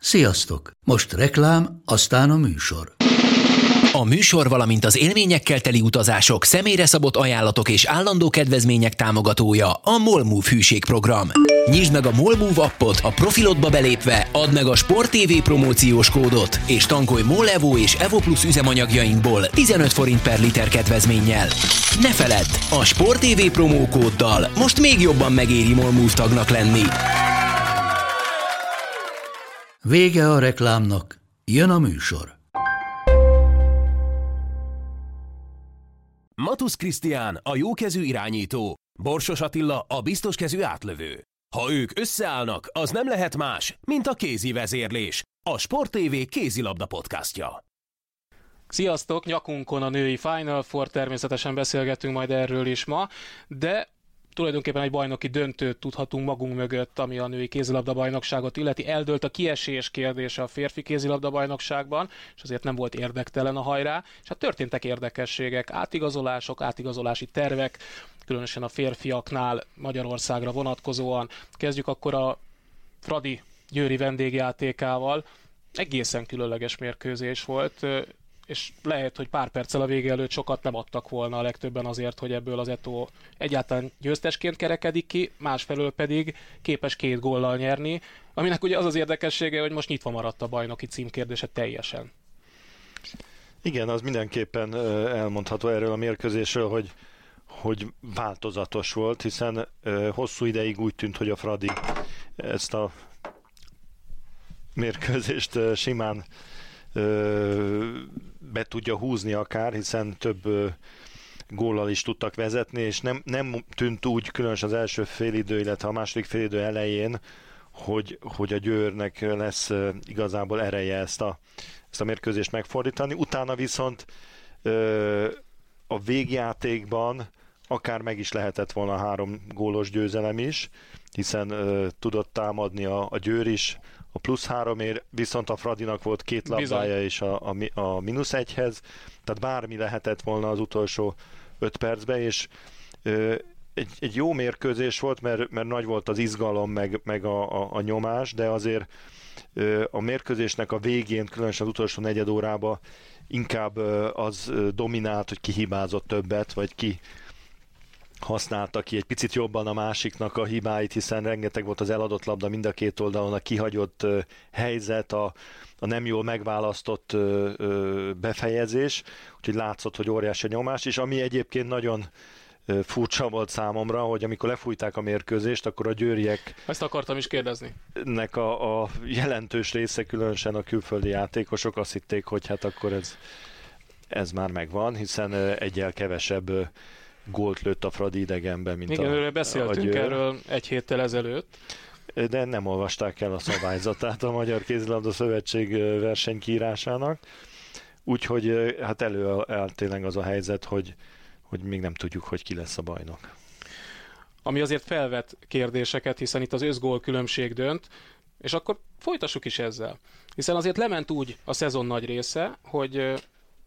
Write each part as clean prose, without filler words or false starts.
Sziasztok! Most reklám, aztán a műsor. A műsor, valamint az élményekkel teli utazások, személyre szabott ajánlatok és állandó kedvezmények támogatója a MOL Move hűségprogram. Nyisd meg a MOL Move appot, a profilodba belépve add meg a Sport TV promóciós kódot, és tankolj MOL Evo és Evo Plus üzemanyagjainkból 15 forint per liter kedvezménnyel. Ne feledd, a Sport TV promókóddal most még jobban megéri MOL Move tagnak lenni. Vége a reklámnak, jön a műsor. Matusz Krisztián a jókezű irányító, Borsos Attila a biztoskezű átlövő. Ha ők összeállnak, az nem lehet más, mint a kézi vezérlés, a Sport TV kézilabda podcastja. Sziasztok! Nyakunkon a női Final Four, természetesen beszélgetünk majd erről is ma, de tulajdonképpen egy bajnoki döntőt tudhatunk magunk mögött, ami a női kézilabda-bajnokságot illeti. Eldőlt a kiesés kérdése a férfi kézilabda-bajnokságban, és azért nem volt érdektelen a hajrá, és hát történtek érdekességek, átigazolások, átigazolási tervek, különösen a férfiaknál Magyarországra vonatkozóan. Kezdjük akkor a Fradi győri vendégjátékával. Egészen különleges mérkőzés volt, és lehet, hogy pár perccel a vége előtt sokat nem adtak volna a legtöbben azért, hogy ebből az Eto egyáltalán győztesként kerekedik ki, másfelől pedig képes 2 góllal nyerni, aminek ugye az az érdekessége, hogy most nyitva maradt a bajnoki cím kérdése teljesen. Igen, az mindenképpen elmondható erről a mérkőzésről, hogy változatos volt, hiszen hosszú ideig úgy tűnt, hogy a Fradi ezt a mérkőzést simán be tudja húzni akár, hiszen több góllal is tudtak vezetni, és nem tűnt úgy, különösen az első félidő, illetve a második félidő elején, hogy a Győrnek lesz igazából ereje ezt a mérkőzést megfordítani. Utána viszont a végjátékban akár meg is lehetett volna 3 gólos győzelem is, hiszen tudott támadni a Győr is, a +3-ért, viszont a Fradinak volt 2 labdája is a -1-hez, tehát bármi lehetett volna az utolsó 5 percben, és egy jó mérkőzés volt, mert nagy volt az izgalom, meg a nyomás, de azért a mérkőzésnek a végén, különösen az utolsó negyed órában inkább az dominált, hogy ki hibázott többet, vagy ki használta ki egy picit jobban a másiknak a hibáit, hiszen rengeteg volt az eladott labda mind a két oldalon, a kihagyott helyzet, a nem jól megválasztott befejezés, úgyhogy látszott, hogy óriási a nyomás, és ami egyébként nagyon furcsa volt számomra, hogy amikor lefújták a mérkőzést, akkor a győriek... Ezt akartam is kérdezni. ...nek a jelentős része, különösen a külföldi játékosok azt hitték, hogy hát akkor ez már megvan, hiszen egyel kevesebb gólt lőtt a Fradi idegenben, mint igen, beszéltünk erről egy héttel ezelőtt. De nem olvasták el a szabályzatát a Magyar Kézilabda Szövetség versenykiírásának. Úgyhogy hát előállt tényleg az a helyzet, hogy még nem tudjuk, hogy ki lesz a bajnok. Ami azért felvet kérdéseket, hiszen itt az összgól különbség dönt, és akkor folytassuk is ezzel. Hiszen azért lement úgy a szezon nagy része, hogy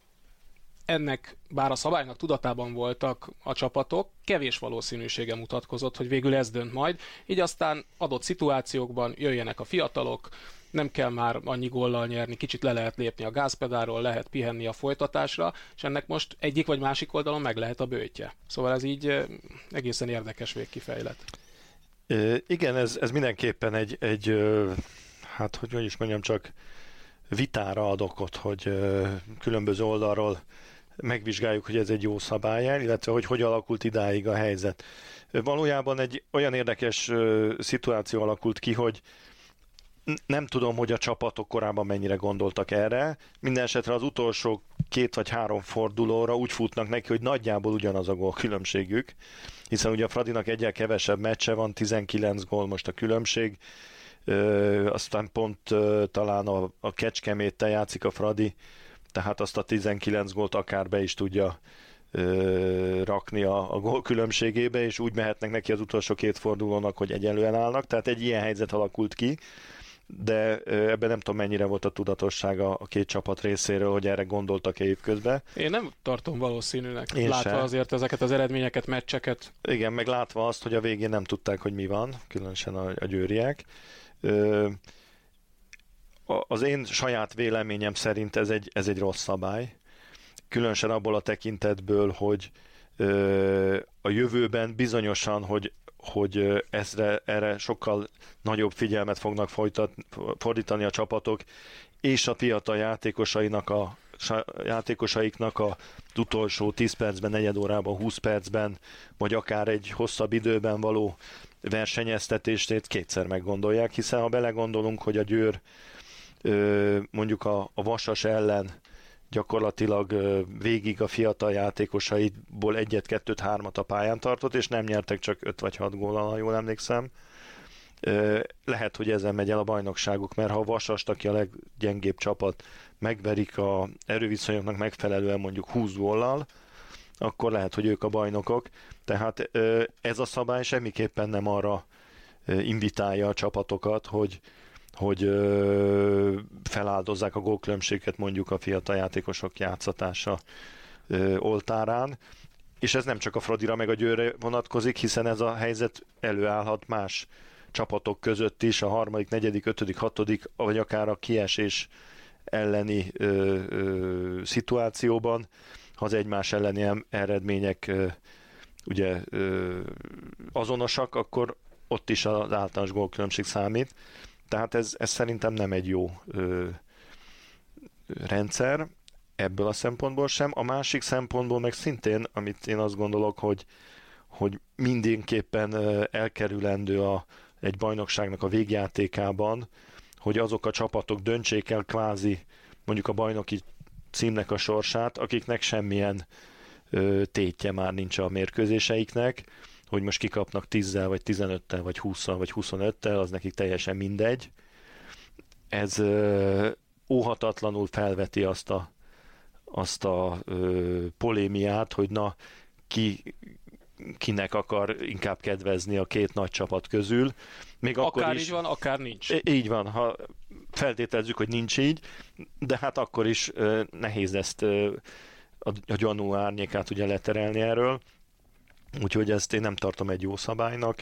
ennek, bár a szabálynak tudatában voltak a csapatok, kevés valószínűsége mutatkozott, hogy végül ez dönt majd, így aztán adott szituációkban jöjjenek a fiatalok, nem kell már annyi góllal nyerni, kicsit le lehet lépni a gázpedáról, lehet pihenni a folytatásra, és ennek most egyik vagy másik oldalon meg lehet a böjtje. Szóval ez így egészen érdekes végkifejlet. Igen, ez mindenképpen egy hát hogy is mondjam, csak vitára ad okot, hogy különböző oldalról megvizsgáljuk, hogy ez egy jó szabály, illetve hogy alakult idáig a helyzet. Valójában egy olyan érdekes szituáció alakult ki, hogy nem tudom, hogy a csapatok korábban mennyire gondoltak erre. Minden esetre az utolsó 2 vagy 3 fordulóra úgy futnak neki, hogy nagyjából ugyanaz a gól különbségük, hiszen ugye a Fradinak egyel kevesebb meccse van, 19 gól most a különbség, aztán pont talán a Kecskeméttel játszik a Fradi, tehát azt a 19 gólt akár be is tudja rakni a gól különbségébe, és úgy mehetnek neki az utolsó 2 fordulónak, hogy egyenlően állnak, tehát egy ilyen helyzet alakult ki, de ebben nem tudom, mennyire volt a tudatosság a 2 csapat részéről, hogy erre gondoltak-e évközben. Én nem tartom valószínűnek, Én látva sem. azért ezeket az eredményeket, meccseket. Igen, meg látva azt, hogy a végén nem tudták, hogy mi van, különösen a győriek. Az én saját véleményem szerint ez egy rossz szabály. Különösen abból a tekintetből, hogy a jövőben bizonyosan, hogy erre sokkal nagyobb figyelmet fognak fordítani a csapatok, és a fiatal játékosaiknak az utolsó 10 percben, negyed órában, 20 percben, vagy akár egy hosszabb időben való versenyeztetést kétszer meggondolják, hiszen ha belegondolunk, hogy a Győr mondjuk a Vasas ellen gyakorlatilag végig a fiatal játékosaiból 1-et, 2-t, 3-at a pályán tartott, és nem nyertek csak 5 vagy 6 góllal, ha jól emlékszem. Lehet, hogy ezen megy el a bajnokságuk, mert ha a Vasast, aki a leggyengébb csapat, megverik a erőviszonyoknak megfelelően mondjuk 20 góllal, akkor lehet, hogy ők a bajnokok. Tehát ez a szabály semmiképpen nem arra invitálja a csapatokat, hogy feláldozzák a gólkülönbséget mondjuk a fiatal játékosok játszatása oltárán. És ez nem csak a Fradira meg a Győrre vonatkozik, hiszen ez a helyzet előállhat más csapatok között is, a 3., 4., 5., 6., vagy akár a kiesés elleni szituációban, ha az egymás elleni eredmények ugye azonosak, akkor ott is az általános gólkülönbség számít. Tehát ez szerintem nem egy jó rendszer ebből a szempontból sem. A másik szempontból meg szintén, amit én azt gondolok, hogy mindenképpen elkerülendő egy bajnokságnak a végjátékában, hogy azok a csapatok döntsék el kvázi mondjuk a bajnoki címnek a sorsát, akiknek semmilyen tétje már nincs a mérkőzéseiknek, hogy most kikapnak 10-zel, vagy 15-tel, vagy 20-al, vagy 25-tel, az nekik teljesen mindegy. Ez óhatatlanul felveti azt a polémiát, hogy na, kinek akar inkább kedvezni a két nagy csapat közül. Még akár akkor is, így van, akár nincs. Így van, ha feltételezzük, hogy nincs így, de hát akkor is nehéz ezt a gyanú árnyékát ugye leterelni erről. Úgyhogy ezt én nem tartom egy jó szabálynak.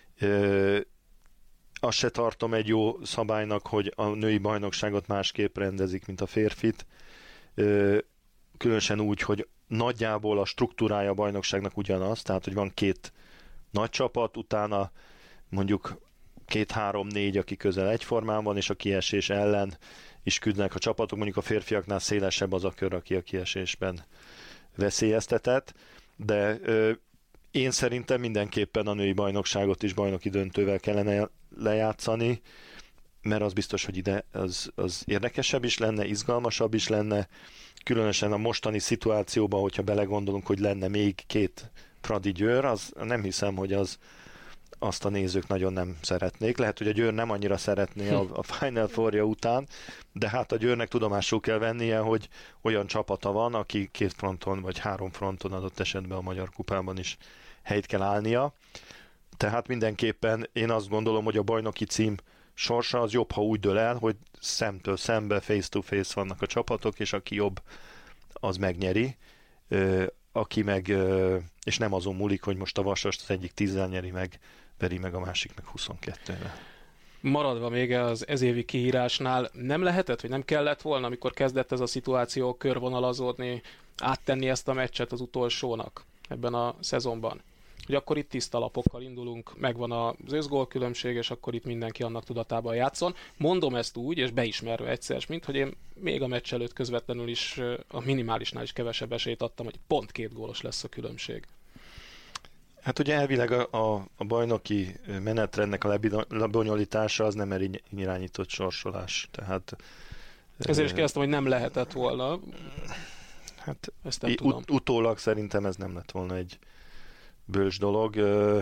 Azt se tartom egy jó szabálynak, hogy a női bajnokságot másképp rendezik, mint a férfit. Különösen úgy, hogy nagyjából a struktúrája a bajnokságnak ugyanaz, tehát hogy van két nagy csapat, utána mondjuk 2-3-4, aki közel egyformán van, és a kiesés ellen is küzdenek a csapatok. Mondjuk a férfiaknál szélesebb az a kör, aki a kiesésben veszélyeztetett, de én szerintem mindenképpen a női bajnokságot is bajnoki döntővel kellene lejátszani, mert az biztos, hogy ide az érdekesebb is lenne, izgalmasabb is lenne, különösen a mostani szituációban, hogyha belegondolunk, hogy lenne még két Fradi Győr, az nem hiszem, hogy azt a nézők nagyon nem szeretnék. Lehet, hogy a Győr nem annyira szeretné a Final Four-ja után, de hát a Győrnek tudomásul kell vennie, hogy olyan csapata van, aki 2 fronton vagy 3 fronton adott esetben a Magyar Kupában is helyt kell állnia. Tehát mindenképpen én azt gondolom, hogy a bajnoki cím sorsa az jobb, ha úgy dől el, hogy szemtől szembe, face-to-face vannak a csapatok, és aki jobb, az megnyeri. Aki meg, és nem azon múlik, hogy most a Vasast az egyik 10-zel nyeri meg, veri meg a másik meg 22-vel. Maradva még az ezévi kiírásnál, nem lehetett, vagy nem kellett volna, amikor kezdett ez a szituáció körvonalazódni, áttenni ezt a meccset az utolsónak ebben a szezonban? Hogy akkor itt tiszta lapokkal indulunk, megvan az összgólkülönbség, és akkor itt mindenki annak tudatában játszon. Mondom ezt úgy, és beismerve egyszer, mint hogy én még a meccs előtt közvetlenül is a minimálisnál is kevesebb esélyt adtam, hogy pont 2 gólos lesz a különbség. Hát ugye elvileg a bajnoki menetrendnek a lebonyolítása az nem irányított sorsolás. Tehát, ezért is kérdeztem, hogy nem lehetett volna. Hát ezt nem tudom. Utólag szerintem ez nem lett volna egy bölcs dolog.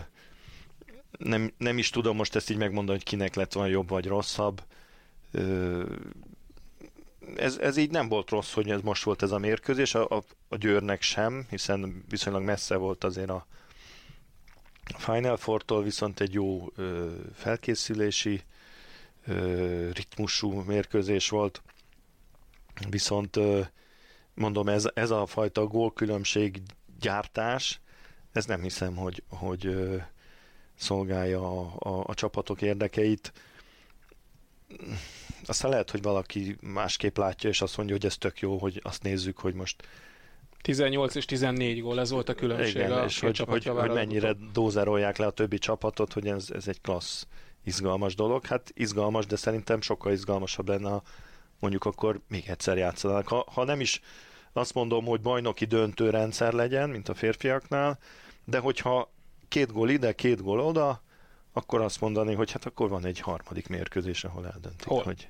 Nem is tudom most ezt így megmondani, hogy kinek lett volna jobb vagy rosszabb. Ez így nem volt rossz, hogy ez most volt ez a mérkőzés, a Győrnek sem, hiszen viszonylag messze volt azért a Final Four-tól, viszont egy jó felkészülési ritmusú mérkőzés volt. Viszont mondom, ez a fajta gólkülönbség gyártás, ez nem hiszem, hogy szolgálja a csapatok érdekeit. aztán lehet, hogy valaki másképp látja, és azt mondja, hogy ez tök jó, hogy azt nézzük, hogy most 18 és 14 gól, ez volt a különbség. igen, a és hogy mennyire dózerolják le a többi csapatot, hogy ez egy klassz, izgalmas dolog. Hát izgalmas, de szerintem sokkal izgalmasabb lenne, ha mondjuk akkor még egyszer játszanak. Ha nem is azt mondom, hogy bajnoki döntő rendszer legyen, mint a férfiaknál, de hogyha 2 gól ide, 2 gól oda, akkor azt mondani, hogy hát akkor van egy harmadik mérkőzés, ahol eldöntik, hogy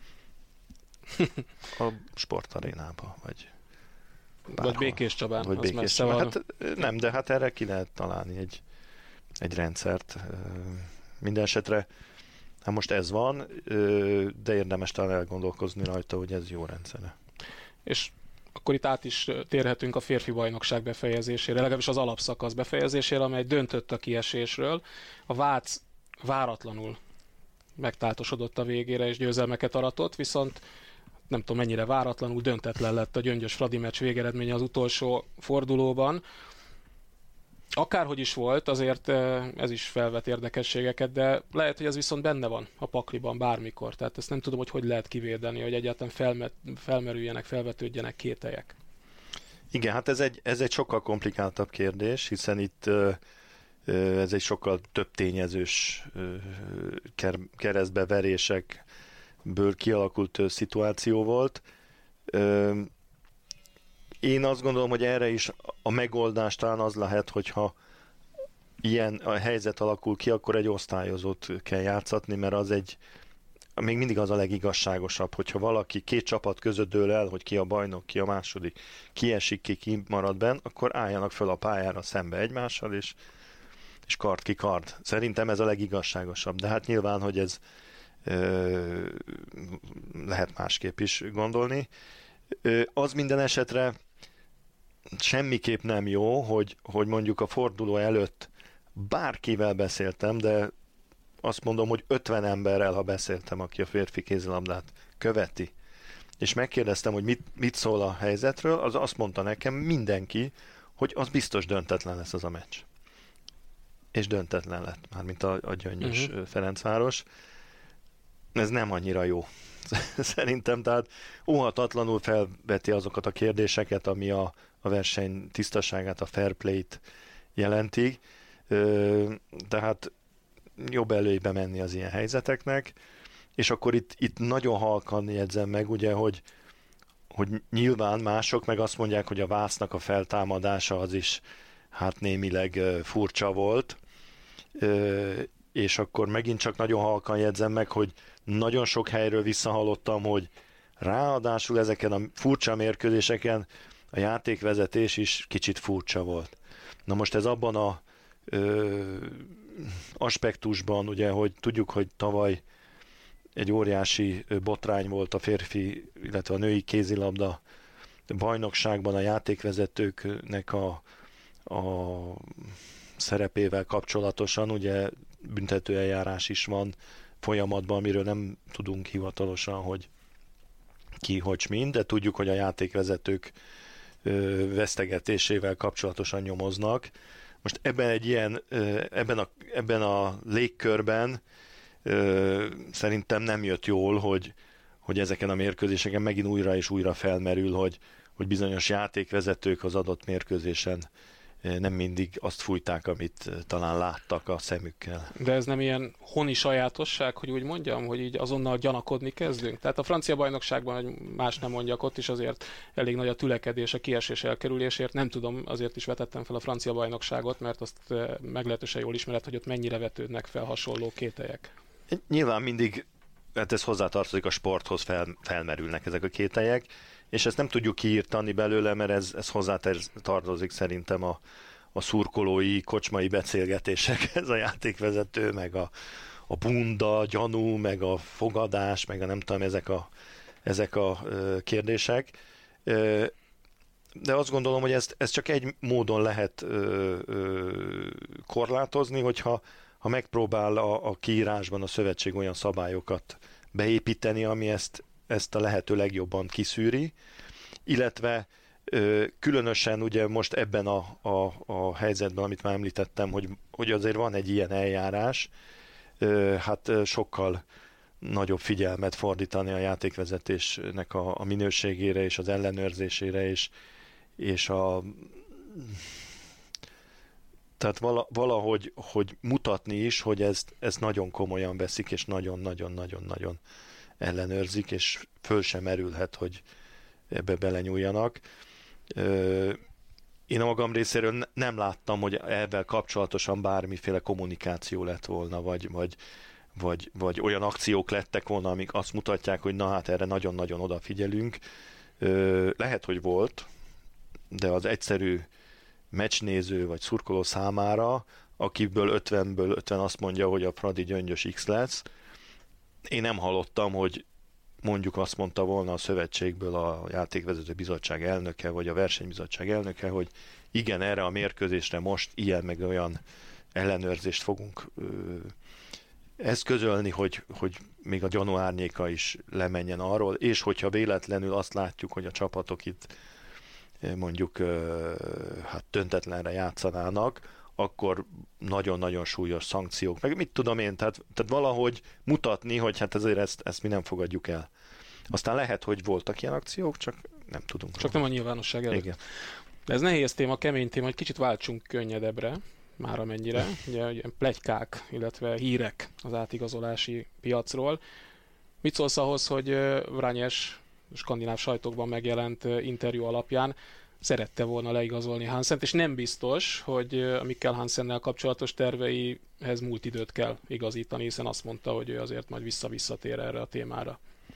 a sportarénába, vagy Békés Csabán, vagy az Békés messze Csabán. van. Hát nem, de hát erre ki lehet találni egy rendszert. Minden esetre, hát most ez van, de érdemes talán elgondolkozni rajta, hogy ez jó rendszer. És akkor itt át is térhetünk a férfi bajnokság befejezésére, legalábbis az alapszakasz befejezésére, amely döntött a kiesésről. A Vác váratlanul megtáltosodott a végére, és győzelmeket aratott, viszont nem tudom mennyire váratlanul döntetlen lett a Gyöngyös Fradi meccs végeredménye az utolsó fordulóban. Akárhogy is volt, azért ez is felvet érdekességeket, de lehet, hogy ez viszont benne van a pakliban bármikor. Tehát ezt nem tudom, hogy lehet kivédeni, hogy egyáltalán felmerüljenek, felvetődjenek kételyek. Igen, hát ez egy sokkal komplikáltabb kérdés, hiszen itt ez egy sokkal több tényezős keresztbeverésekből kialakult szituáció volt. Én azt gondolom, hogy erre is a megoldás talán az lehet, hogyha ilyen a helyzet alakul ki, akkor egy osztályozót kell játszatni, mert az még mindig az a legigazságosabb, hogyha valaki 2 csapat között dől el, hogy ki a bajnok, ki a második, ki esik, ki marad benn, akkor álljanak föl a pályára szembe egymással, és kard ki kard. Szerintem ez a legigazságosabb, de hát nyilván, hogy ez lehet másképp is gondolni. Az minden esetre semmiképp nem jó, hogy mondjuk a forduló előtt bárkivel beszéltem, de azt mondom, hogy 50 emberrel, ha beszéltem, aki a férfi kézilabdát követi, és megkérdeztem, hogy mit szól a helyzetről, az azt mondta nekem mindenki, hogy az biztos döntetlen lesz az a meccs. És döntetlen lett, mármint a Gyöngyös Ferencváros. Ez nem annyira jó. Szerintem, tehát óhatatlanul felveti azokat a kérdéseket, ami a verseny tisztaságát, a fair play-t jelenti. Tehát jobb előbe menni az ilyen helyzeteknek, és akkor itt nagyon halkan jegyzem meg, ugye, hogy nyilván mások meg azt mondják, hogy a Vásznak a feltámadása az is hát némileg furcsa volt, és akkor megint csak nagyon halkan jegyzem meg, hogy nagyon sok helyről visszahallottam, hogy ráadásul ezeken a furcsa mérkőzéseken a játékvezetés is kicsit furcsa volt. Na most ez abban a aspektusban, ugye, hogy tudjuk, hogy tavaly egy óriási botrány volt a férfi, illetve a női kézilabda bajnokságban a játékvezetőknek a szerepével kapcsolatosan, ugye büntetőeljárás is van folyamatban, amiről nem tudunk hivatalosan, hogy ki, hogy mind, de tudjuk, hogy a játékvezetők vesztegetésével kapcsolatosan nyomoznak. Most ebben a légkörben szerintem nem jött jól, hogy ezeken a mérkőzéseken megint újra és újra felmerül, hogy bizonyos játékvezetők az adott mérkőzésen nem mindig azt fújták, amit talán láttak a szemükkel. De ez nem ilyen honi sajátosság, hogy úgy mondjam, hogy így azonnal gyanakodni kezdünk? Tehát a francia bajnokságban, hogy más nem mondjak, ott is azért elég nagy a tülekedés a kiesés elkerülésért. Nem tudom, azért is vetettem fel a francia bajnokságot, mert azt meglehetősen jól ismered, hogy ott mennyire vetődnek fel hasonló kételyek. Nyilván mindig, hát ez hozzátartozik a sporthoz, felmerülnek ezek a kételyek, és ezt nem tudjuk kiírtani belőle, mert ez hozzátartozik szerintem a szurkolói, kocsmai beszélgetésekhez, a játékvezető, meg a bunda, gyanú, meg a fogadás, meg a nem tudom, ezek a kérdések. De azt gondolom, hogy ezt csak egy módon lehet korlátozni, hogyha megpróbál a kiírásban a szövetség olyan szabályokat beépíteni, ami ezt a lehető legjobban kiszűri, illetve különösen ugye most ebben a helyzetben, amit már említettem, hogy azért van egy ilyen eljárás, hát sokkal nagyobb figyelmet fordítani a játékvezetésnek a minőségére és az ellenőrzésére, és tehát valahogy hogy mutatni is, hogy ezt nagyon komolyan veszik, és nagyon-nagyon-nagyon-nagyon ellenőrzik, és föl sem merülhet, hogy ebbe belenyúljanak. Én a magam részéről nem láttam, hogy ebben kapcsolatosan bármiféle kommunikáció lett volna, vagy olyan akciók lettek volna, amik azt mutatják, hogy na hát erre nagyon-nagyon odafigyelünk. Lehet, hogy volt, de az egyszerű meccsnéző vagy szurkoló számára, akiből 50-ből 50 azt mondja, hogy a Fradi Gyöngyös X lesz, én nem hallottam, hogy mondjuk azt mondta volna a szövetségből a játékvezető bizottság elnöke, vagy a versenybizottság elnöke, hogy igen, erre a mérkőzésre most ilyen meg olyan ellenőrzést fogunk eszközölni, hogy még a gyanú árnyéka is lemenjen arról, és hogyha véletlenül azt látjuk, hogy a csapatok itt mondjuk hát döntetlenre játszanának, akkor nagyon-nagyon súlyos szankciók, meg mit tudom én, tehát valahogy mutatni, hogy hát ezért ezt mi nem fogadjuk el. Aztán lehet, hogy voltak ilyen akciók, csak nem tudunk. Csak nem a nyilvánosság előtt. Igen. De ez nehéz téma, kemény téma, hogy kicsit váltsunk könnyedebbre, már amennyire. Ugye pletykák, illetve hírek az átigazolási piacról. Mit szólsz ahhoz, hogy Vranyes skandináv sajtókban megjelent interjú alapján szerette volna leigazolni Hansent, és nem biztos, hogy a Mikkel Hansennel kapcsolatos terveihez múlt időt kell igazítani, hiszen azt mondta, hogy ő azért majd visszatér erre a témára.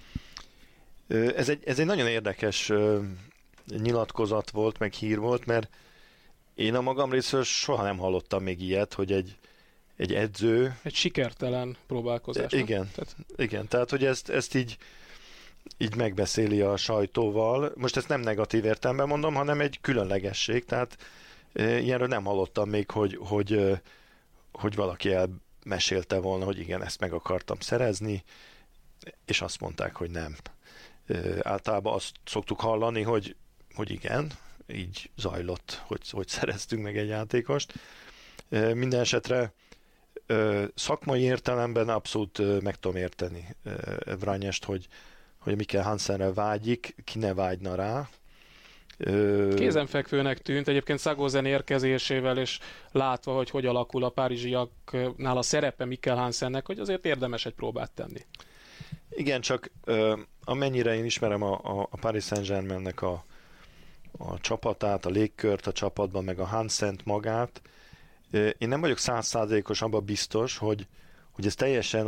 Ez egy nagyon érdekes nyilatkozat volt, meg hír volt, mert én a magam részéről soha nem hallottam még ilyet, hogy egy edző... Egy sikertelen próbálkozás. Igen, tehát hogy ezt így megbeszéli a sajtóval. Most ezt nem negatív értelemben mondom, hanem egy különlegesség, tehát ilyenről nem hallottam még, hogy valaki elmesélte volna, hogy igen, ezt meg akartam szerezni, és azt mondták, hogy nem. Általában azt szoktuk hallani, hogy igen, így zajlott, hogy szereztünk meg egy játékost. Minden esetre szakmai értelemben abszolút meg tudom érteni Vranyest, hogy Mikkel Hansenre vágyik, ki ne vágyna rá. Kézenfekvőnek tűnt, egyébként Szagózen érkezésével, és látva, hogy alakul a párizsiaknál a szerepe Mikkel Hansennek, hogy azért érdemes egy próbát tenni. Igen, csak amennyire én ismerem a Paris Saint-Germainnek a csapatát, a légkört a csapatban, meg a Hansent magát, én nem vagyok 100%-os abban biztos, hogy ez teljesen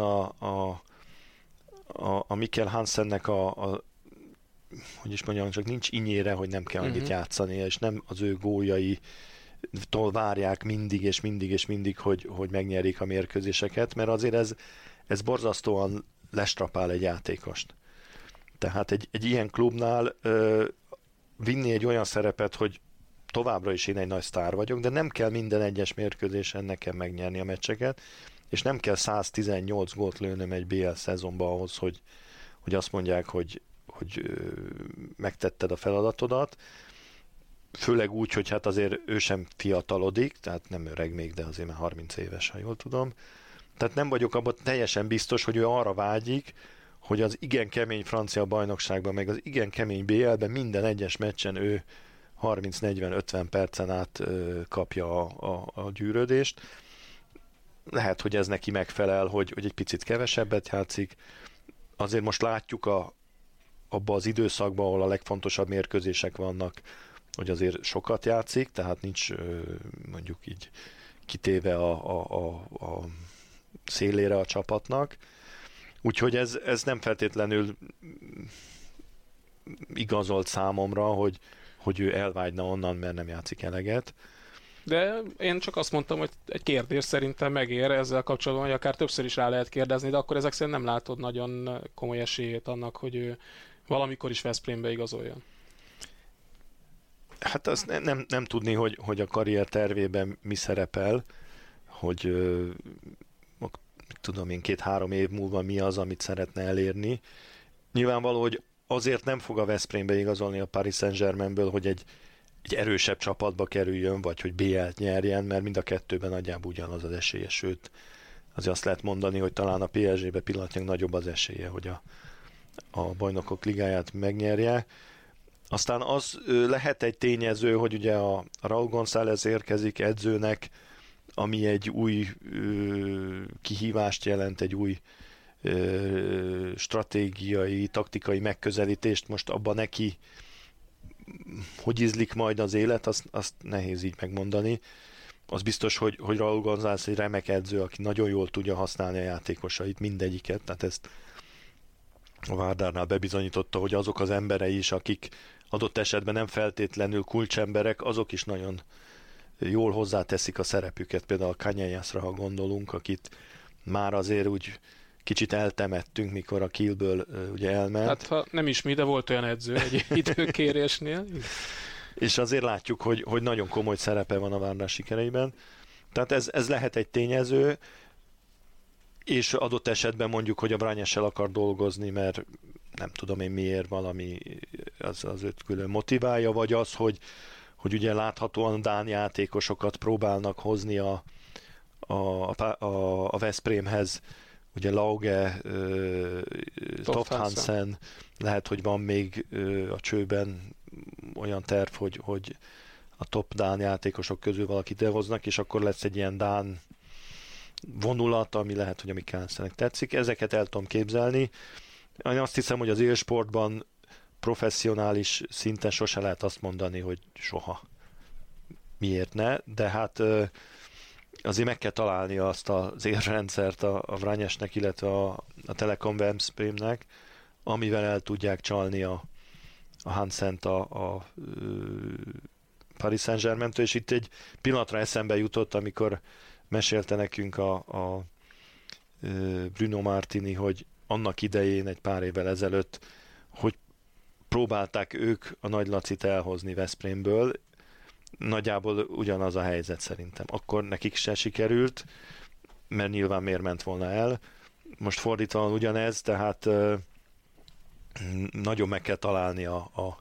a Mikkel Hansennek hogy is mondjam, csak nincs inyére, hogy nem kell annyit játszani, és nem az ő góljaitól várják mindig, hogy megnyerik a mérkőzéseket, mert azért ez borzasztóan lestrapál egy játékost. Tehát egy ilyen klubnál vinni egy olyan szerepet, hogy továbbra is én egy nagy sztár vagyok, de nem kell minden egyes mérkőzésen nekem megnyerni a meccseket, és nem kell 118 gólt lőnöm egy BL szezonban ahhoz, hogy azt mondják, hogy megtetted a feladatodat. Főleg úgy, hogy hát azért ő sem fiatalodik, tehát nem öreg még, de azért már 30 éves, ha jól tudom. Tehát nem vagyok abban teljesen biztos, hogy ő arra vágyik, hogy az igen kemény francia bajnokságban, meg az igen kemény BL-ben minden egyes meccsen ő 30-40-50 percen át kapja a gyűrődést. Lehet, hogy ez neki megfelel, hogy egy picit kevesebbet játszik. Azért most látjuk abban az időszakban, ahol a legfontosabb mérkőzések vannak, hogy azért sokat játszik, tehát nincs mondjuk így kitéve a szélére a csapatnak. Úgyhogy ez nem feltétlenül igazolt számomra, hogy ő elvágyna onnan, mert nem játszik eleget. De én csak azt mondtam, hogy egy kérdés szerintem megér ezzel kapcsolatban, hogy akár többször is rá lehet kérdezni, de akkor ezek szerint nem látod nagyon komoly esélyét annak, hogy ő valamikor is Veszprémbe igazoljon. Hát azt nem tudni, hogy a karrier tervében mi szerepel, hogy tudom én 2-3 év múlva mi az, amit szeretne elérni. Nyilvánvaló, hogy azért nem fog a Veszprémbe igazolni a Paris Saint-Germainből, hogy egy erősebb csapatba kerüljön, vagy hogy BL-t nyerjen, mert mind a kettőben nagyjából ugyanaz az esélye, sőt, azért azt lehet mondani, hogy talán a PSG-be pillanatnyilag nagyobb az esélye, hogy a Bajnokok Ligáját megnyerje. Aztán az lehet egy tényező, hogy ugye a Raúl González érkezik edzőnek, ami egy új kihívást jelent, egy új stratégiai, taktikai megközelítést. Most abban neki hogy ízlik majd az élet, azt nehéz így megmondani. Az biztos, hogy Raúl González egy remek edző, aki nagyon jól tudja használni a játékosait, mindegyiket, tehát ezt a Várdárnál bebizonyította, hogy azok az emberei is, akik adott esetben nem feltétlenül kulcsemberek, azok is nagyon jól hozzáteszik a szerepüket, például a Canellasra, ha gondolunk, akit már azért úgy kicsit eltemettünk, mikor a Kielből ugye elment. Hát ha nem is mi, de volt olyan edző egy időkérésnél. És azért látjuk, hogy nagyon komoly szerepe van a Vardar sikereiben. Tehát ez lehet egy tényező, és adott esetben mondjuk, hogy a Brányessel akar dolgozni, mert nem tudom én miért valami az őt külön motiválja, vagy az, hogy ugye láthatóan dán játékosokat próbálnak hozni a Veszprémhez, ugye Lauge, Toft Hansen, lehet, hogy van még a csőben olyan terv, hogy a top dán játékosok közül valakit elhoznak, és akkor lesz egy ilyen dán vonulat, ami lehet, hogy a Mikkelsennek tetszik. Ezeket el tudom képzelni. Én azt hiszem, hogy az élsportban professzionális szinten sose lehet azt mondani, hogy soha. Miért ne? De hát azért meg kell találni azt az érrendszert a Vranyesnek, illetve a Telekom Veszprémnek, amivel el tudják csalni a Hansent a Paris Saint-Germain-től, és itt egy pillanatra eszembe jutott, amikor mesélte nekünk a Bruno Martini, hogy annak idején, egy pár évvel ezelőtt, hogy próbálták ők a Nagy Lacit elhozni Veszprémből, nagyjából ugyanaz a helyzet szerintem. Akkor nekik se sikerült, mert nyilván miért ment volna el. Most fordítva ugyanez, tehát nagyon meg kell találni a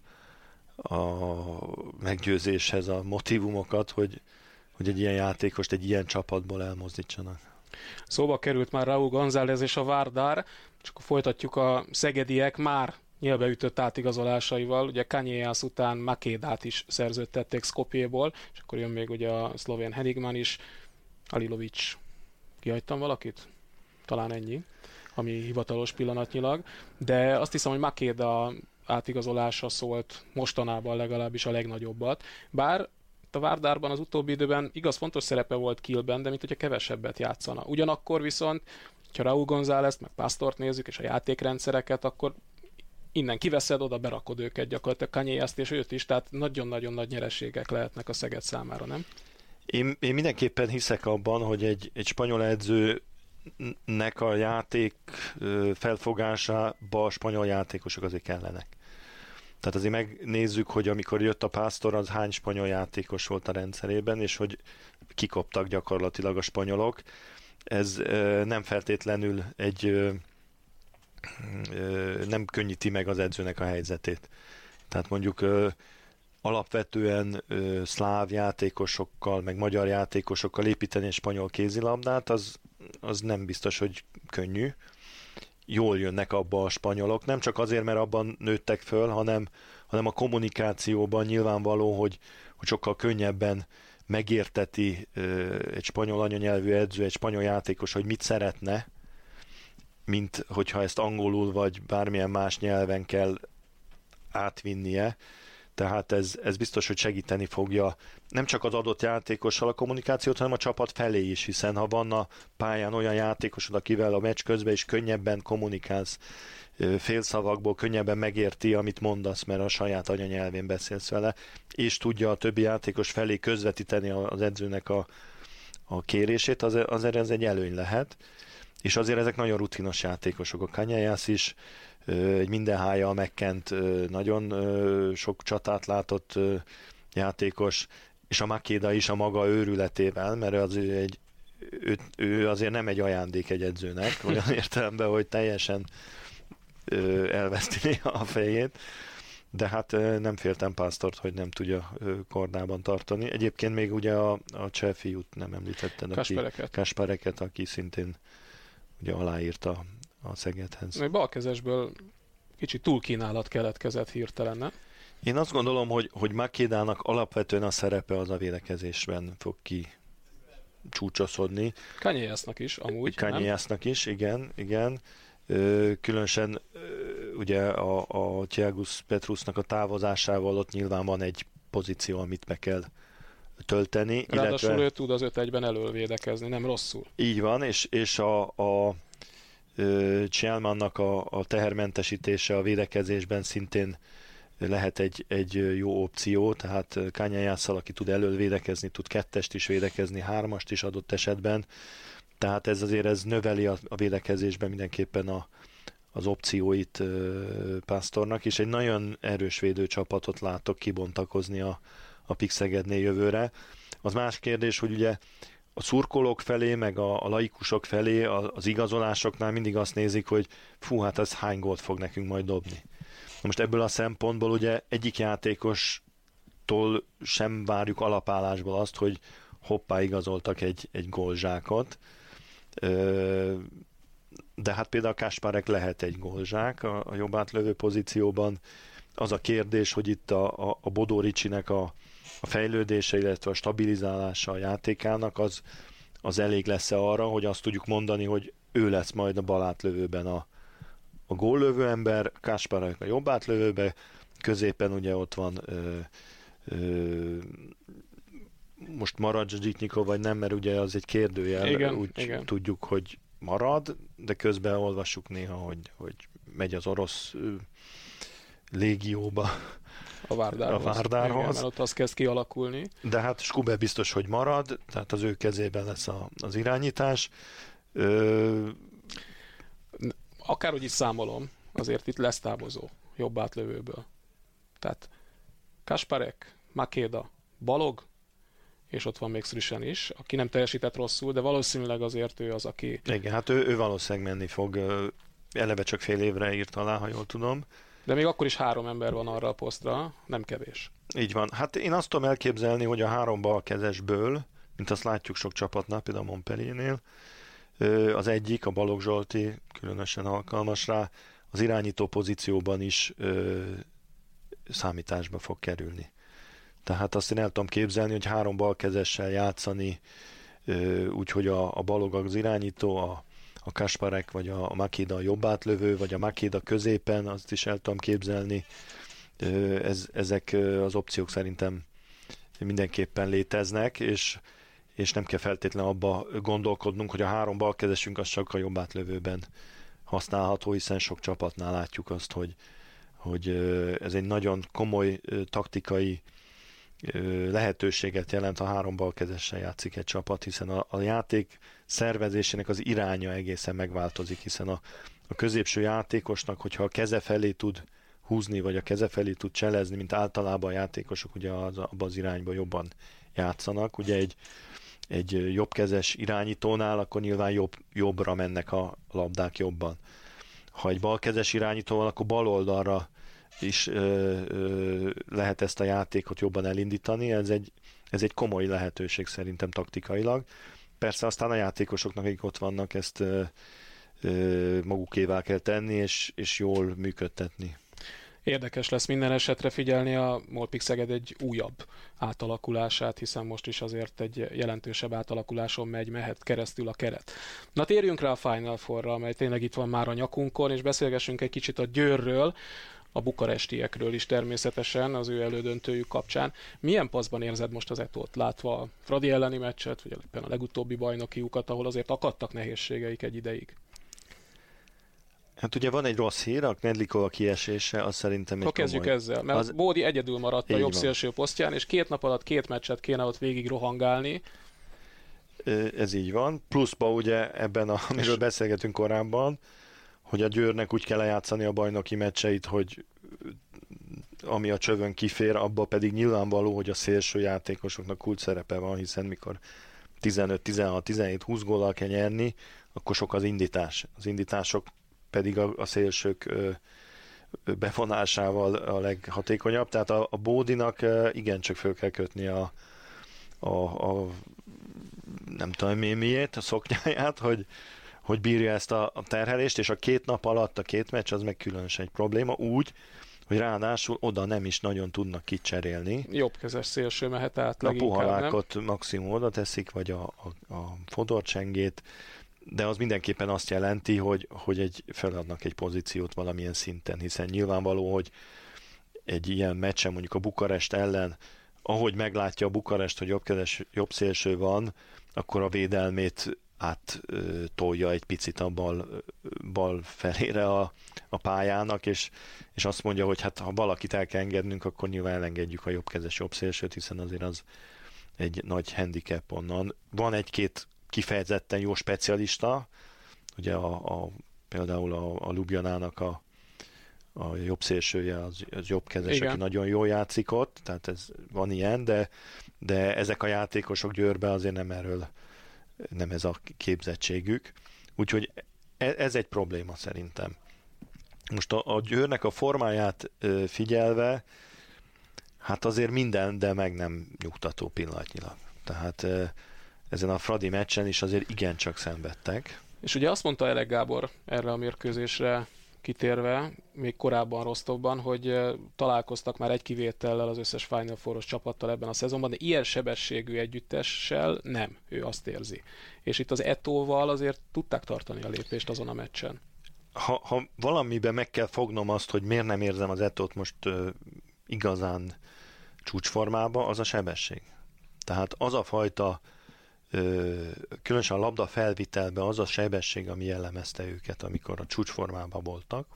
meggyőzéshez a motivumokat, hogy egy ilyen játékost egy ilyen csapatból elmozdítsanak. Szóba került már Raúl González és a Vardar, és akkor folytatjuk a szegediek már nyílbeütött átigazolásaival. Ugye Canellas után Makédát is szerződtették Skopjéból, és akkor jön még ugye a szlovén Henigman is, Alilovics. Kihagytam valakit? Talán ennyi, ami hivatalos pillanatnyilag. De azt hiszem, hogy Makéda átigazolása szólt mostanában legalábbis a legnagyobbat. Bár a Várdárban az utóbbi időben igaz fontos szerepe volt Kielben, de mint hogyha kevesebbet játszana. Ugyanakkor viszont, ha Raúl Gonzálezt, meg Pastort nézzük, és a játékrendszereket, akkor innen kiveszed, oda berakod őket gyakorlatilag, Canellast és őt is, tehát nagyon-nagyon nagy nyereségek lehetnek a Szeged számára, nem? Én mindenképpen hiszek abban, hogy egy spanyol edzőnek a játék felfogásába a spanyol játékosok azért kellenek. Tehát azért megnézzük, hogy amikor jött a Pastor, az hány spanyol játékos volt a rendszerében, és hogy kikoptak gyakorlatilag a spanyolok. Ez nem feltétlenül nem könnyíti meg az edzőnek a helyzetét. Tehát mondjuk alapvetően szláv játékosokkal, meg magyar játékosokkal építeni egy spanyol kézilabdát, az nem biztos, hogy könnyű. Jól jönnek abba a spanyolok, nem csak azért, mert abban nőttek föl, hanem a kommunikációban nyilvánvaló, hogy sokkal könnyebben megérteti egy spanyol anyanyelvű edző, egy spanyol játékos, hogy mit szeretne, mint hogyha ezt angolul vagy bármilyen más nyelven kell átvinnie. Tehát ez biztos, hogy segíteni fogja nem csak az adott játékossal a kommunikációt, hanem a csapat felé is, hiszen ha van a pályán olyan játékosod, akivel a meccs közben is könnyebben kommunikálsz, félszavakból könnyebben megérti, amit mondasz, mert a saját anyanyelvén beszélsz vele, és tudja a többi játékos felé közvetíteni az edzőnek a kérését, azért ez egy előny lehet. És azért ezek nagyon rutinos játékosok. A Canellas is egy mindenhájjal megkent, nagyon sok csatát látott játékos, és a Makéda is a maga őrületével, mert ő azért nem egy ajándék egy edzőnek, olyan értelemben, hogy teljesen elveszti a fejét, de hát nem féltem Pásztort, hogy nem tudja kordában tartani. Egyébként még ugye a cseh fiút nem említetted, Kaspareket, aki szintén ugye aláírta a Szegedhez. Balkezesből kicsit túlkínálat keletkezett hirtelen, ne? Én azt gondolom, hogy Makédának alapvetően a szerepe az a védekezésben fog ki csúcsosodni. Kanyéjásznak is, amúgy. Kanyéjásznak is, igen. Különösen ugye a Thiagus Petrusnak a távozásával ott nyilván van egy pozíció, amit be kell tölteni. Ráadásul ő tud az 5-1-ben elől védekezni, nem rosszul. Így van, és a Csielmannak a tehermentesítése a védekezésben szintén lehet egy jó opció, tehát Kanyéjásszal, aki tud elől védekezni, tud 2-est is védekezni, 3-ast is adott esetben, tehát ez növeli a védekezésben mindenképpen az opcióit Pásztornak, és egy nagyon erős védőcsapatot látok kibontakozni a PIK Szegednél jövőre. Az más kérdés, hogy ugye a szurkolók felé, meg a laikusok felé az igazolásoknál mindig azt nézik, hogy hát ez hány gólt fog nekünk majd dobni. Most ebből a szempontból ugye egyik játékostól sem várjuk alapállásból azt, hogy hoppá igazoltak egy gólzsákot, de hát például Kasparek lehet egy gólzsák a jobb átlövő pozícióban. Az a kérdés, hogy itt a Bodó Ricsinek a fejlődése, illetve a stabilizálása a játékának az elég lesz-e arra, hogy azt tudjuk mondani, hogy ő lesz majd a bal átlövőben a góllövő ember, Kasparek a jobb átlövőbe, középen ugye ott van most marad Zsitnyikov vagy nem, mert ugye az egy kérdőjel, igen. Tudjuk, hogy marad, de közben olvassuk néha, hogy megy az orosz légióba a Várdárhoz. Igen, mert ott az kezd kialakulni. De hát Skube biztos, hogy marad, tehát az ő kezében lesz az irányítás. Akárhogy is számolom, azért itt lesz távozó jobb átlövőből. Tehát Kasparek, Makéda, Balog, és ott van még Szrisen is, aki nem teljesített rosszul, de valószínűleg azért ő az, aki... Igen, hát ő valószínűleg menni fog. Eleve csak fél évre írt alá, ha jól tudom. De még akkor is 3 ember van arra a posztra, nem kevés. Így van. Hát én azt tudom elképzelni, hogy a 3 balkezesből, mint azt látjuk sok csapatnál, például a Montpelliernél, az egyik, a Balogh Zsolti, különösen alkalmas rá, az irányító pozícióban is számításba fog kerülni. Tehát azt én el tudom képzelni, hogy 3 balkezessel játszani, úgyhogy a Balogh az irányító, a Kasparek vagy a Makéda a jobb átlövő, vagy a Makéda középen, azt is el tudom képzelni. Ezek az opciók szerintem mindenképpen léteznek, és nem kell feltétlenül abba gondolkodnunk, hogy a 3 balkezesünk az csak a jobb átlövőben használható, hiszen sok csapatnál látjuk azt, hogy ez egy nagyon komoly taktikai lehetőséget jelent, ha 3 balkezessel játszik egy csapat, hiszen a játék szervezésének az iránya egészen megváltozik, hiszen a középső játékosnak, hogyha a keze felé tud húzni, vagy a keze felé tud cselezni, mint általában a játékosok ugye abban az irányba jobban játszanak. Ugye egy jobbkezes irányítónál, akkor nyilván jobbra mennek a labdák jobban. Ha egy balkezes irányító van, akkor bal oldalra is lehet ezt a játékot jobban elindítani. Ez egy komoly lehetőség szerintem taktikailag. Persze aztán a játékosoknak, akik ott vannak, ezt magukévá kell tenni, és jól működtetni. Érdekes lesz minden esetre figyelni a MOL-PIK Szeged egy újabb átalakulását, hiszen most is azért egy jelentősebb átalakuláson mehet keresztül a keret. Na térjünk rá a Final Four-ra, amely tényleg itt van már a nyakunkon, és beszélgessünk egy kicsit a Győrről, a bukarestiekről is természetesen, az ő elődöntőjük kapcsán. Milyen paszban érzed most az Etót, látva a Fradi elleni meccset, vagy éppen a legutóbbi bajnokiukat, ahol azért akadtak nehézségeik egy ideig? Hát ugye van egy rossz hír, a Knedlikova kiesése, az szerintem egy kezdjük ezzel, mert Bódi egyedül maradt a jobb szélső posztján, és 2 nap alatt 2 meccset kéne ott végig rohangálni. Ez így van. Pluszba ugye ebben, amiről beszélgetünk korábban, hogy a Győrnek úgy kell lejátszani a bajnoki meccseit, hogy ami a csövön kifér, abba pedig nyilvánvaló, hogy a szélső játékosoknak kulcs szerepe van, hiszen mikor 15, 16, 17, 20 góllal kell nyerni, akkor sok az indítás. Az indítások pedig a szélsők bevonásával a leghatékonyabb. Tehát a Bódinak igencsak föl kell kötni a nem tudom miért, a szoknyáját, hogy bírja ezt a terhelést, és a 2 nap alatt a 2 meccs az meg különösen egy probléma, úgy, hogy ráadásul oda nem is nagyon tudnak kicserélni. Jobbkezes szélső mehet át leginkább, a Puhalákot nem? maximum oda teszik, vagy a Fodor Csengét, de az mindenképpen azt jelenti, hogy feladnak egy pozíciót valamilyen szinten, hiszen nyilvánvaló, hogy egy ilyen meccsen mondjuk a Bukarest ellen, ahogy meglátja a Bukarest, hogy jobb szélső van, akkor a védelmét áttolja egy picit a bal felére a pályának, és azt mondja, hogy hát ha valakit el kell engednünk, akkor nyilván elengedjük a jobbkezes jobb szélsőt, hiszen azért az egy nagy handicap onnan. Van egy-két kifejezetten jó specialista, ugye például a Ljubljanának a jobb szélsője az jobbkezes, aki nagyon jól játszik ott, tehát van ilyen, de ezek a játékosok Győrben azért nem ez a képzettségük. Úgyhogy ez egy probléma szerintem. Most a Győrnek a formáját figyelve, hát azért minden, de meg nem nyugtató pillanatnyilag. Tehát ezen a Fradi meccsen is azért igencsak szenvedtek. És ugye azt mondta Elek Gábor erre a mérkőzésre kitérve, még korábban Rostovban, hogy találkoztak már egy kivétellel az összes Final Four-os csapattal ebben a szezonban, de ilyen sebességű együttessel nem, ő azt érzi. És itt az Etóval azért tudták tartani a lépést azon a meccsen. Ha valamiben meg kell fognom azt, hogy miért nem érzem az Etót most igazán csúcsformába, az a sebesség. Tehát az a fajta különösen a labda felvitelben az a sebesség, ami jellemezte őket, amikor a csúcsformában voltak,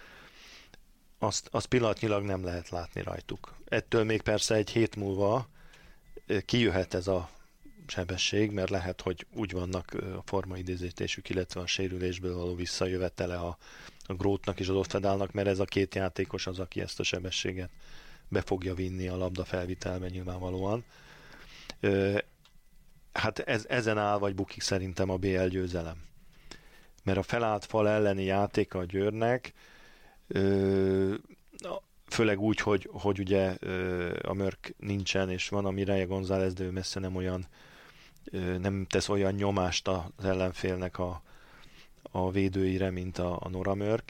azt pillanatnyilag nem lehet látni rajtuk. Ettől még persze egy hét múlva kijöhet ez a sebesség, mert lehet, hogy úgy vannak a formaidézítésük, illetve a sérülésből való visszajövetele a Grótnak és az Ottfedálnak, mert ez a 2 játékos az, aki ezt a sebességet be fogja vinni a labda felvitelben nyilvánvalóan. Hát ezen áll vagy bukik szerintem a BL győzelem. Mert a felállt fal elleni játéka a Győrnek, főleg úgy, hogy ugye a Mörk nincsen, és van a Mireia González, de ő messze nem olyan, nem tesz olyan nyomást az ellenfélnek a védőire, mint a Nora Mörk.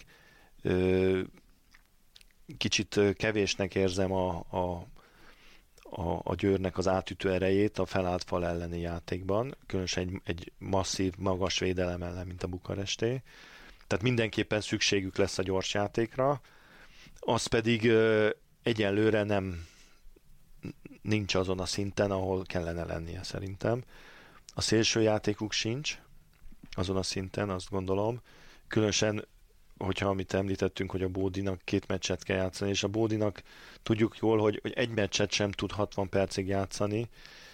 Kicsit kevésnek érzem a Győrnek az átütő erejét a felállt fal elleni játékban, különösen egy masszív, magas védelem ellen, mint a Bukaresté. Tehát mindenképpen szükségük lesz a gyors játékra, az pedig egyenlőre nincs azon a szinten, ahol kellene lennie szerintem. A szélső játékuk sincs azon a szinten, azt gondolom. Különösen, hogyha amit említettünk, hogy a Bódinak 2 meccset kell játszani, és a Bódinak tudjuk jól, hogy egy meccset sem tud 60 percig játszani,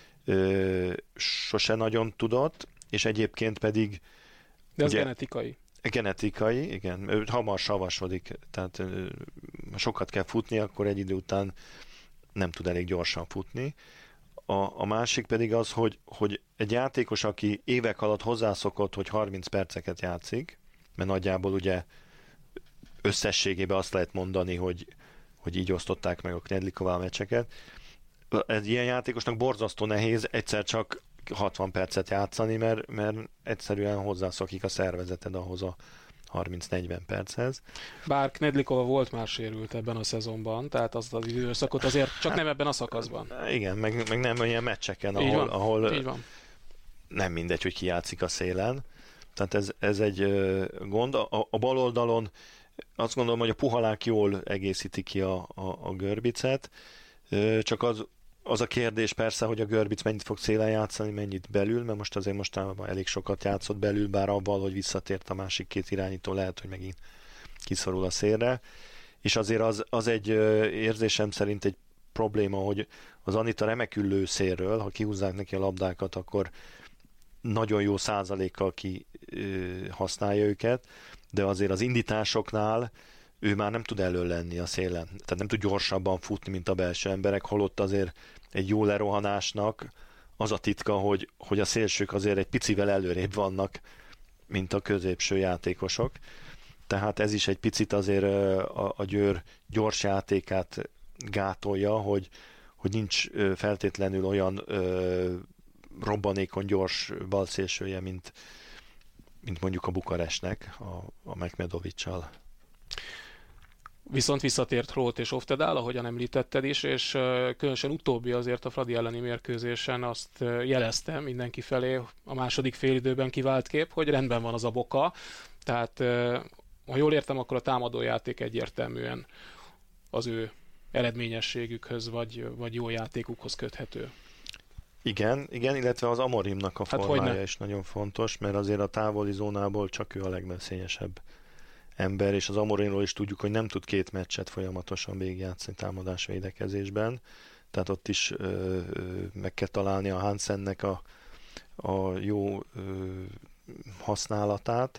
sose nagyon tudott, és egyébként pedig... De ez genetikai. Genetikai, igen. Ő hamar savasodik, tehát ha sokat kell futni, akkor egy idő után nem tud elég gyorsan futni. A másik pedig az, hogy egy játékos, aki évek alatt hozzászokott, hogy 30 perceket játszik, mert nagyjából ugye összességében azt lehet mondani, hogy így osztották meg a Knedliková meccseket. Ez ilyen játékosnak borzasztó nehéz egyszer csak 60 percet játszani, mert egyszerűen hozzászokik a szervezeted ahhoz a 30-40 perchez. Bár Knedlikova volt már sérült ebben a szezonban, tehát azt az időszakot azért csak nem ebben a szakaszban. Igen, meg nem olyan meccseken, ahol nem mindegy, hogy ki játszik a szélen. Tehát ez egy gond. A bal oldalon azt gondolom, hogy a Puhalák jól egészíti ki a Görbicet, csak az a kérdés persze, hogy a Görbic mennyit fog szélen játszani, mennyit belül, mert most azért mostanában elég sokat játszott belül, bár abban, hogy visszatért a másik 2 irányító, lehet, hogy megint kiszorul a szélre. És azért az egy érzésem szerint egy probléma, hogy az Anita remekül lő szélről, ha kihúzzák neki a labdákat, akkor nagyon jó százalékkal használja őket, de azért az indításoknál ő már nem tud elő lenni a szélen. Tehát nem tud gyorsabban futni, mint a belső emberek, holott azért egy jó lerohanásnak az a titka, hogy a szélsők azért egy picivel előrébb vannak, mint a középső játékosok. Tehát ez is egy picit azért a Győr gyors játékát gátolja, hogy nincs feltétlenül olyan robbanékony gyors balszélsője, mint mondjuk a Bukarestnek, a Mekmedovics-sal. Viszont visszatért Hróth és Oftedal, ahogyan említetted is, és különösen utóbbi azért a Fradi elleni mérkőzésen azt jelezte mindenki felé a második félidőben kivált kép, hogy rendben van az a Boka. Tehát, ha jól értem, akkor a támadójáték egyértelműen az ő eredményességükhöz, vagy jó játékukhoz köthető. Igen, illetve az Amorimnak a formája is nagyon fontos, mert azért a távoli zónából csak ő a legveszélyesebb ember, és az Amorimról is tudjuk, hogy nem tud 2 meccset folyamatosan végigjátszani támadás védekezésben, tehát ott is meg kell találni a Hansennek a jó használatát.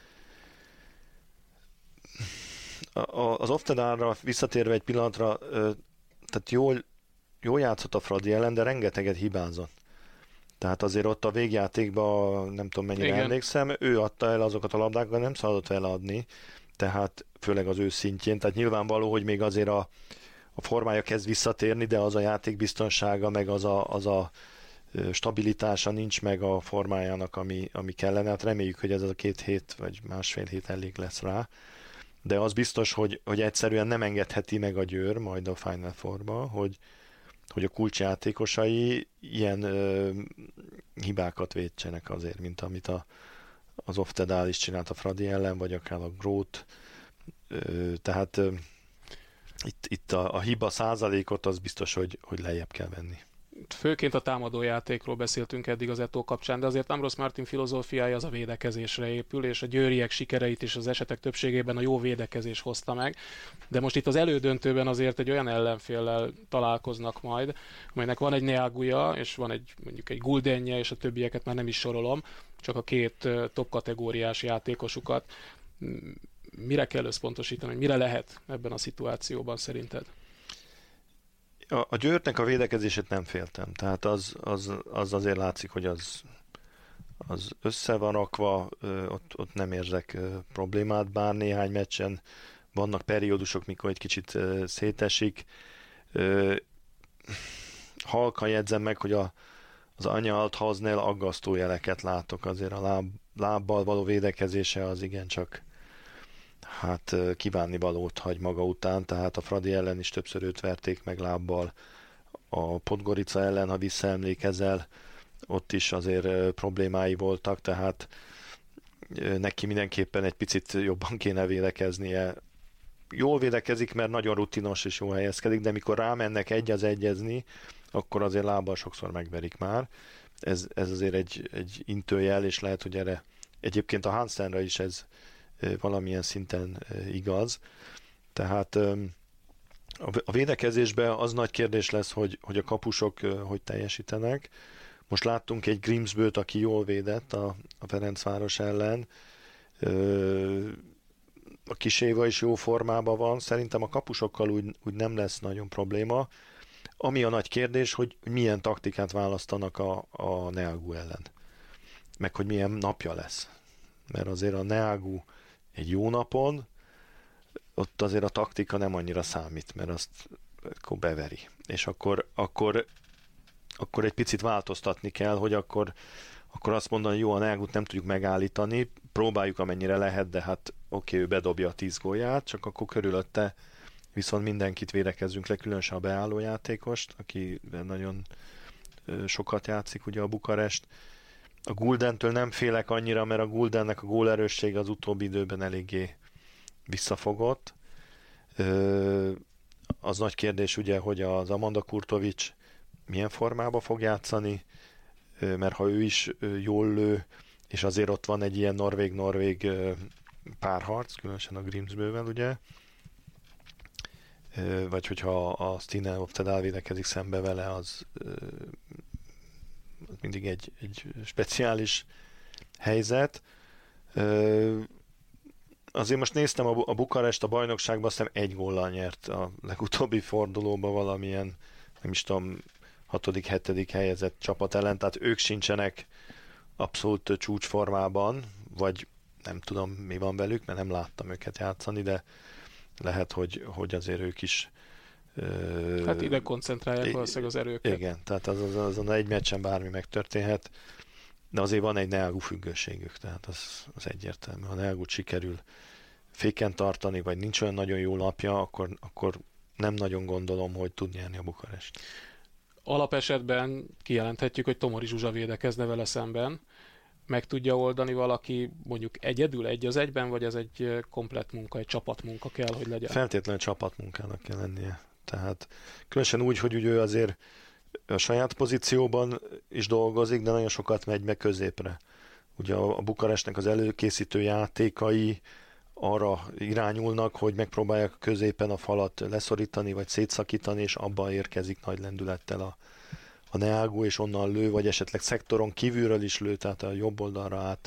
Az Oftedalra visszatérve egy pillanatra, tehát jól játszott a Fradi ellen, de rengeteget hibázott. Tehát azért ott a végjátékban, nem tudom mennyire emlékszem, ő adta el azokat a labdákat, nem szabadott vele adni, tehát főleg az ő szintjén. Tehát nyilvánvaló, hogy még azért a formája kezd visszatérni, de az a játékbiztonsága, meg az a stabilitása nincs meg a formájának, ami kellene. Hát reméljük, hogy ez a 2 hét vagy másfél hét elég lesz rá. De az biztos, hogy egyszerűen nem engedheti meg a Győr majd a Final Four-ba, hogy a kulcsjátékosai ilyen hibákat védsenek azért, mint amit az Oftedal is csinált a Fradi ellen, vagy akár a Groth. Tehát itt a hiba százalékot az biztos, hogy lejjebb kell venni. Főként a támadójátékról beszéltünk eddig az Eto'o kapcsán, de azért Ambros Martin filozófiája az a védekezésre épül, és a győriek sikereit is az esetek többségében a jó védekezés hozta meg. De most itt az elődöntőben azért egy olyan ellenféllel találkoznak majd, amelynek van egy Neaguja, és van mondjuk egy Guldenje, és a többieket már nem is sorolom, csak a 2 top kategóriás játékosukat. Mire kell összpontosítani, hogy mire lehet ebben a szituációban szerinted? A Győrnek a védekezését nem féltem, tehát az azért látszik, hogy az össze van rakva, ott nem érzek problémát, bár néhány meccsen vannak periódusok, mikor egy kicsit szétesik. Halkan jegyzem meg, hogy az Anya Althausnél aggasztó jeleket látok, azért a lábbal való védekezése az igencsak kívánni valót hagy maga után, tehát a Fradi ellen is többször őt verték meg lábbal, a Podgorica ellen, ha visszaemlékezel, ott is azért problémái voltak, tehát neki mindenképpen egy picit jobban kéne védekeznie. Jól védekezik, mert nagyon rutinos és jól helyezkedik, de mikor rámennek egyezni, akkor azért lábbal sokszor megverik már. Ez azért egy intőjel, és lehet, hogy erre egyébként a Hansenra is ez valamilyen szinten igaz. Tehát a védekezésben az nagy kérdés lesz, hogy a kapusok hogy teljesítenek. Most láttunk egy Grimsbőt, aki jól védett a Ferencváros ellen. A Kiséva is jó formában van. Szerintem a kapusokkal úgy nem lesz nagyon probléma. Ami a nagy kérdés, hogy milyen taktikát választanak a Neagu ellen. Meg hogy milyen napja lesz. Mert azért a Neagu egy jó napon, ott azért a taktika nem annyira számít, mert azt akkor beveri. És akkor egy picit változtatni kell, hogy akkor azt mondani, hogy jó, a Neagut nem tudjuk megállítani, próbáljuk amennyire lehet, de hát oké, ő bedobja a 10 gólját, csak akkor körülötte viszont mindenkit védekezzünk le, különösen a beálló játékost, aki nagyon sokat játszik, ugye a Bukarest. A Guldentől nem félek annyira, mert a Guldennek a gólerőssége az utóbbi időben eléggé visszafogott. Az nagy kérdés ugye, hogy az Amanda Kurtovics milyen formában fog játszani, mert ha ő is jól lő, és azért ott van egy ilyen norvég-norvég párharc, különösen a Grimsbővel, ugye, vagy hogyha a Stine Oftedal védekezik szembe vele, az mindig egy speciális helyzet. Azért most néztem a Bukarest a bajnokságban, azt hiszem 1 góllal nyert a legutóbbi fordulóban valamilyen, nem is tudom, 6.-7. helyezett csapat ellen, tehát ők sincsenek abszolút csúcsformában, vagy nem tudom, mi van velük, mert nem láttam őket játszani, de lehet, hogy azért ők is hát ide koncentrálják valószínűleg az erőket. Igen, tehát azon egy meccsen bármi megtörténhet, de azért van egy Neagu függőségük, tehát az egyértelmű. Ha Neagut sikerül féken tartani, vagy nincs olyan nagyon jó lapja, akkor nem nagyon gondolom, hogy tud nyerni a Bukarest. Alapesetben kijelenthetjük, hogy Tomori Zsuzsa védekezne vele szemben. Meg tudja oldani valaki mondjuk egyedül, egy az egyben, vagy ez egy komplett munka, egy csapatmunka kell, hogy legyen? Feltétlenül csapatmunkának kell lennie. Tehát különösen úgy, hogy ő azért a saját pozícióban is dolgozik, de nagyon sokat megy meg középre. Ugye a Bukarestnek az előkészítő játékai arra irányulnak, hogy megpróbálják középen a falat leszorítani, vagy szétszakítani, és abban érkezik nagy lendülettel a Neagu, és onnan lő, vagy esetleg szektoron kívülről is lő, tehát a jobb oldalra át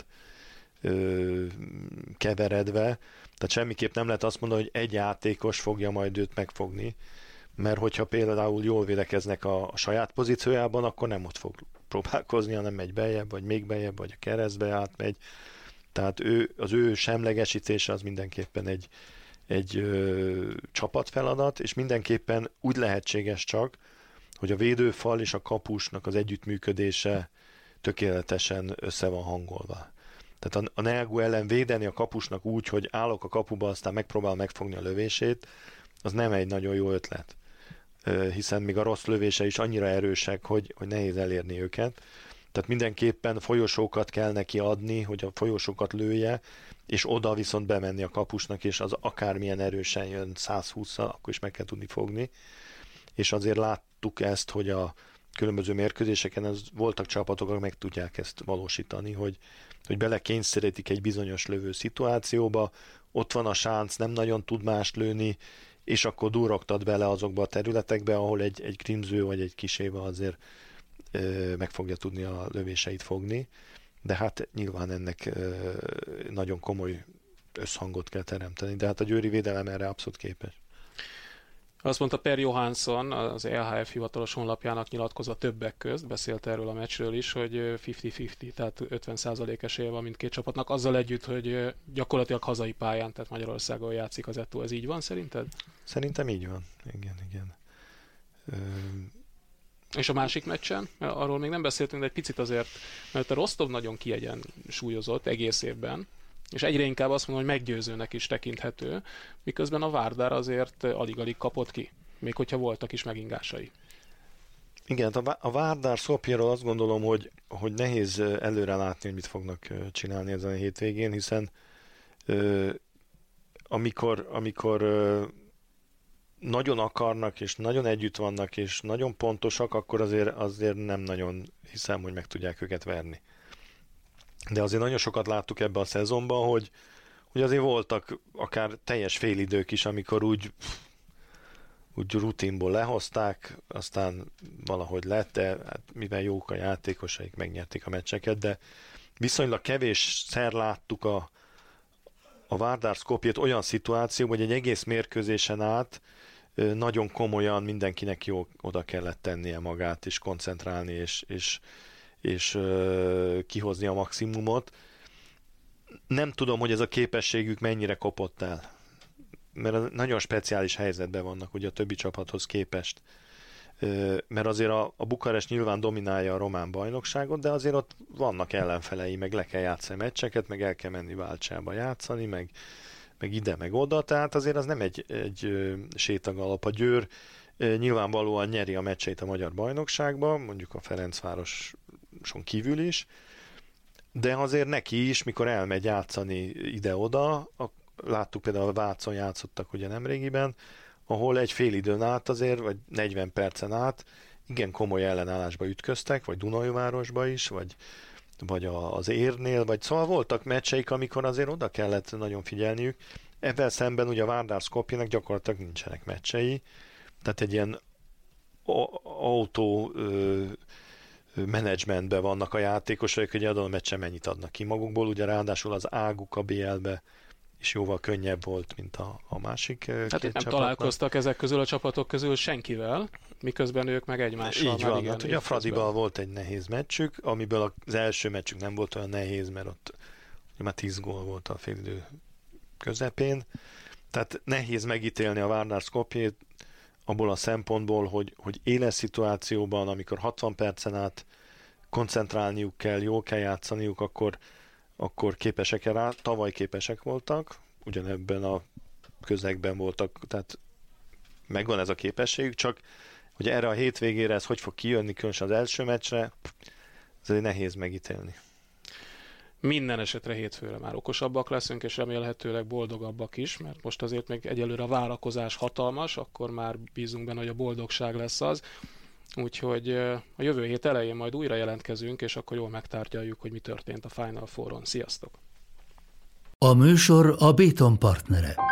keveredve. Tehát semmiképp nem lehet azt mondani, hogy egy játékos fogja majd őt megfogni, mert hogyha például jól védekeznek a saját pozíciójában, akkor nem ott fog próbálkozni, hanem megy beljebb, vagy még beljebb, vagy a keresztbe átmegy. Tehát az ő semlegesítése az mindenképpen egy csapatfeladat, és mindenképpen úgy lehetséges csak, hogy a védőfal és a kapusnak az együttműködése tökéletesen össze van hangolva. Tehát a Neagu ellen védeni a kapusnak úgy, hogy állok a kapuba, aztán megpróbál megfogni a lövését, az nem egy nagyon jó ötlet. Hiszen még a rossz lövése is annyira erősek, hogy nehéz elérni őket. Tehát mindenképpen folyosókat kell neki adni, hogy a folyosókat lője, és oda viszont bemenni a kapusnak, és az akármilyen erősen jön 120-szal, akkor is meg kell tudni fogni. És azért láttuk ezt, hogy a különböző mérkőzéseken voltak csapatok, akik meg tudják ezt valósítani, hogy belekényszerítik egy bizonyos lövő szituációba, ott van a sánc, nem nagyon tud mást lőni, és akkor durrogtad bele azokba a területekbe, ahol egy Grimső vagy egy Kiséva azért meg fogja tudni a lövéseit fogni, de hát nyilván ennek nagyon komoly összhangot kell teremteni, de hát a győri védelem erre abszolút képes. Azt mondta Per Johansson, az EHF hivatalos honlapjának nyilatkozva többek közt, beszélt erről a meccsről is, hogy 50-50, tehát 50% esélye van mindkét csapatnak, azzal együtt, hogy gyakorlatilag hazai pályán, tehát Magyarországon játszik az Eto. Ez így van szerinted? Szerintem így van, igen. És a másik meccsen, arról még nem beszéltünk, de egy picit azért, mert a Rostov nagyon kiegyensúlyozott egész évben, és egyre inkább azt mondom, hogy meggyőzőnek is tekinthető, miközben a Várdár azért alig-alig kapott ki, még hogyha voltak is megingásai. Igen, a Várdár Szopjáról azt gondolom, hogy nehéz előre látni, hogy mit fognak csinálni ezen a hétvégén, hiszen amikor nagyon akarnak, és nagyon együtt vannak, és nagyon pontosak, akkor azért nem nagyon hiszem, hogy meg tudják őket verni. De azért nagyon sokat láttuk ebben a szezonban, hogy azért voltak akár teljes félidők is, amikor úgy rutinból lehozták, aztán valahogy lett, de hát mivel jók a játékosaik, megnyerték a meccseket, de viszonylag kevésszer láttuk a Várdár Skopjét olyan szituációban, hogy egy egész mérkőzésen át nagyon komolyan mindenkinek jó oda kellett tennie magát, és koncentrálni, és kihozni a maximumot. Nem tudom, hogy ez a képességük mennyire kopott el. Mert nagyon speciális helyzetben vannak ugye a többi csapathoz képest. Mert azért a Bukarest nyilván dominálja a román bajnokságot, de azért ott vannak ellenfelei, meg le kell játszani meccseket, meg el kell menni Váltsába játszani, meg ide, meg oda, tehát azért az nem egy sétagalap. A Győr nyilvánvalóan nyeri a meccseit a magyar bajnokságban, mondjuk a Ferencvároson kívül is, de azért neki is, mikor elmegy játszani ide-oda, láttuk például a Vácon játszottak ugye nemrégiben, ahol egy fél időn át azért, vagy 40 percen át igen komoly ellenállásba ütköztek, vagy Dunajvárosba is, vagy az Érnél, vagy szóval voltak meccseik, amikor azért oda kellett nagyon figyelniük. Ebben szemben ugye a Várdár Skopjének gyakorlatilag nincsenek meccsei, tehát egy ilyen autó menedzsmentben vannak a játékosok, hogy adott meccsen mennyit adnak ki magukból, ugye ráadásul az águk a BL-be is jóval könnyebb volt, mint a másik két csapatnak. Nem találkoztak ezek közül a csapatok közül senkivel, miközben ők meg egymással. Így van, hát ugye a Fradival volt egy nehéz meccsük, amiből az első meccsük nem volt olyan nehéz, mert ott már 10 gól volt a félidő közepén, tehát nehéz megítélni a Vardar Skopjét abból a szempontból, hogy éles szituációban, amikor 60 percen át koncentrálniuk kell, jól kell játszaniuk, akkor képesek rá. Tavaly képesek voltak, ugyanebben a közegben voltak, tehát megvan ez a képességük, csak hogy erre a hétvégére ez hogy fog kijönni, különösen az első meccsre, ez nehéz megítélni. Minden esetre hétfőre már okosabbak leszünk, és remélhetőleg boldogabbak is, mert most azért még egyelőre a várakozás hatalmas, akkor már bízunk benne, hogy a boldogság lesz az. Úgyhogy a jövő hét elején majd újra jelentkezünk, és akkor jól megtárgyaljuk, hogy mi történt a Final Four-on. Sziasztok! A műsor a Béton partnere.